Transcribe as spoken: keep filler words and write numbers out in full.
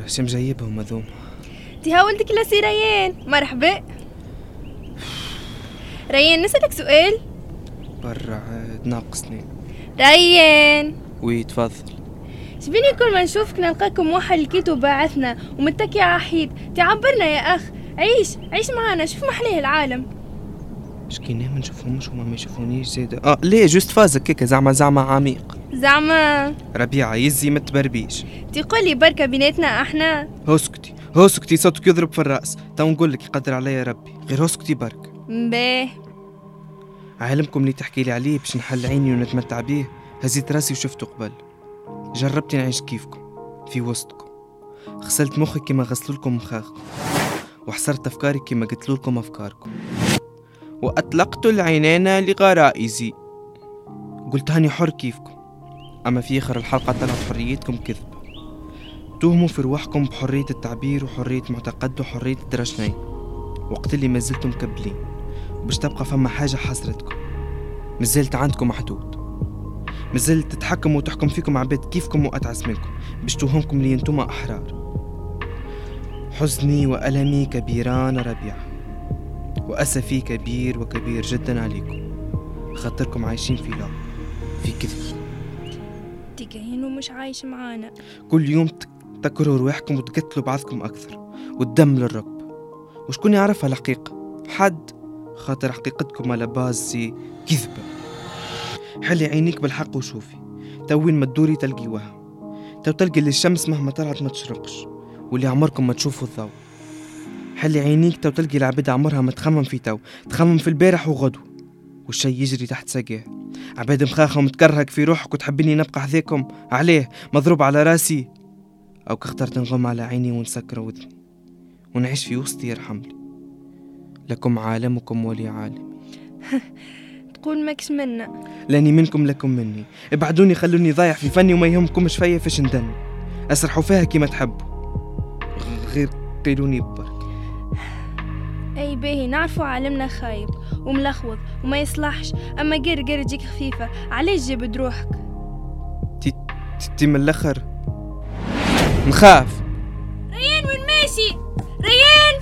خير، شم جايبهم هذوم؟ تي هاولتك لسي ريان. مرحبا ريان، نسألك سؤال. برا عاد ناقصني. ريان وي تفضل. شبيني كل ما نشوفك نلقاكم موحل الكيتو باعثنا ومتكي عحيد. تعبرنا يا أخ، عيش عيش معنا، شوف محليه العالم. شكيناه ما نشوفهمش وما ما يشوفونيش زيادة. اه ليه جوست فازك كيكا زعما زعما عميق. زعما ربيعة يزي متبربيش. تقول لي بركة بيناتنا احنا. هسكتي هسكتي، صوتك يضرب في الرأس. تو نقول لك يقدر عليا ربي، غير هسكتي برك. مباه عالمكم اللي تحكي لي عليه باش نحل عيني ونتمتع بيه هزيت راسي وشفته قبل. جربت نعيش كيفكم في وسطكم، غسلت مخي كما غسلولكم مخاخكم، وحصرت أفكاري كما قتلولكم أفكاركم، وأطلقت العينين لغرائزي. قلت هاني حر كيفكم، أما في آخر الحلقة طلعت حريتكم كذب. توهموا في رواحكم بحرية التعبير وحرية معتقد وحرية الدرجنين، وقت اللي مازلتم مكبلين وباش تبقى فما حاجة حسرتكم. مازلت عندكم محدود، مازلت تتحكم وتحكم فيكم عباد كيفكم وأتعس منكم باش توهمكم لي انتم أحرار. حزني وألمي كبيران ربيعة، وأسفي كبير وكبير جدا عليكم، خاطركم عايشين في لعب، في كذب. تكاين ومش عايش معانا. كل يوم تكرهوا رواحكم وتقتلوا بعضكم أكثر، والدم للركب. وشكون يعرفها الحقيقة؟ حد، خاطر حقيقتكم على بازي كذبة. حلي عينيك بالحق وشوفي، تو وين ما تدوري تلقي وهم. تو تلقي اللي الشمس مهما طلعت ما تشرقش، واللي عمركم ما تشوفوا الضوء. حلي عينيك تو تلقي العباد عمرها ما تخمم في تو، تخمم في البارح وغدو، والشي يجري تحت ساقيه. عباد مخاخة ومتكرهك في روحك وتحبيني نبقى حذاكم. عليه مضروب على راسي، أو كاخترت نغم على عيني ونسكر وذني ونعيش في وسطي يرحملي. لكم عالمكم ولي عالمي. تقول ماكش منا. لاني منكم لكم مني. ابعدوني خلوني ضايع في فني وما يهمكمش فيا فاش ندني. اسرحوا فيها كيما تحبوا، غير قيلوني ببرك. اي باهي نعرفوا عالمنا خايب وملخوض وما يصلحش، اما قر قر تجيك خفيفة. علاش جبد روحك؟ تي تي من الاخر نخاف. ريان وين ماشي؟ ريان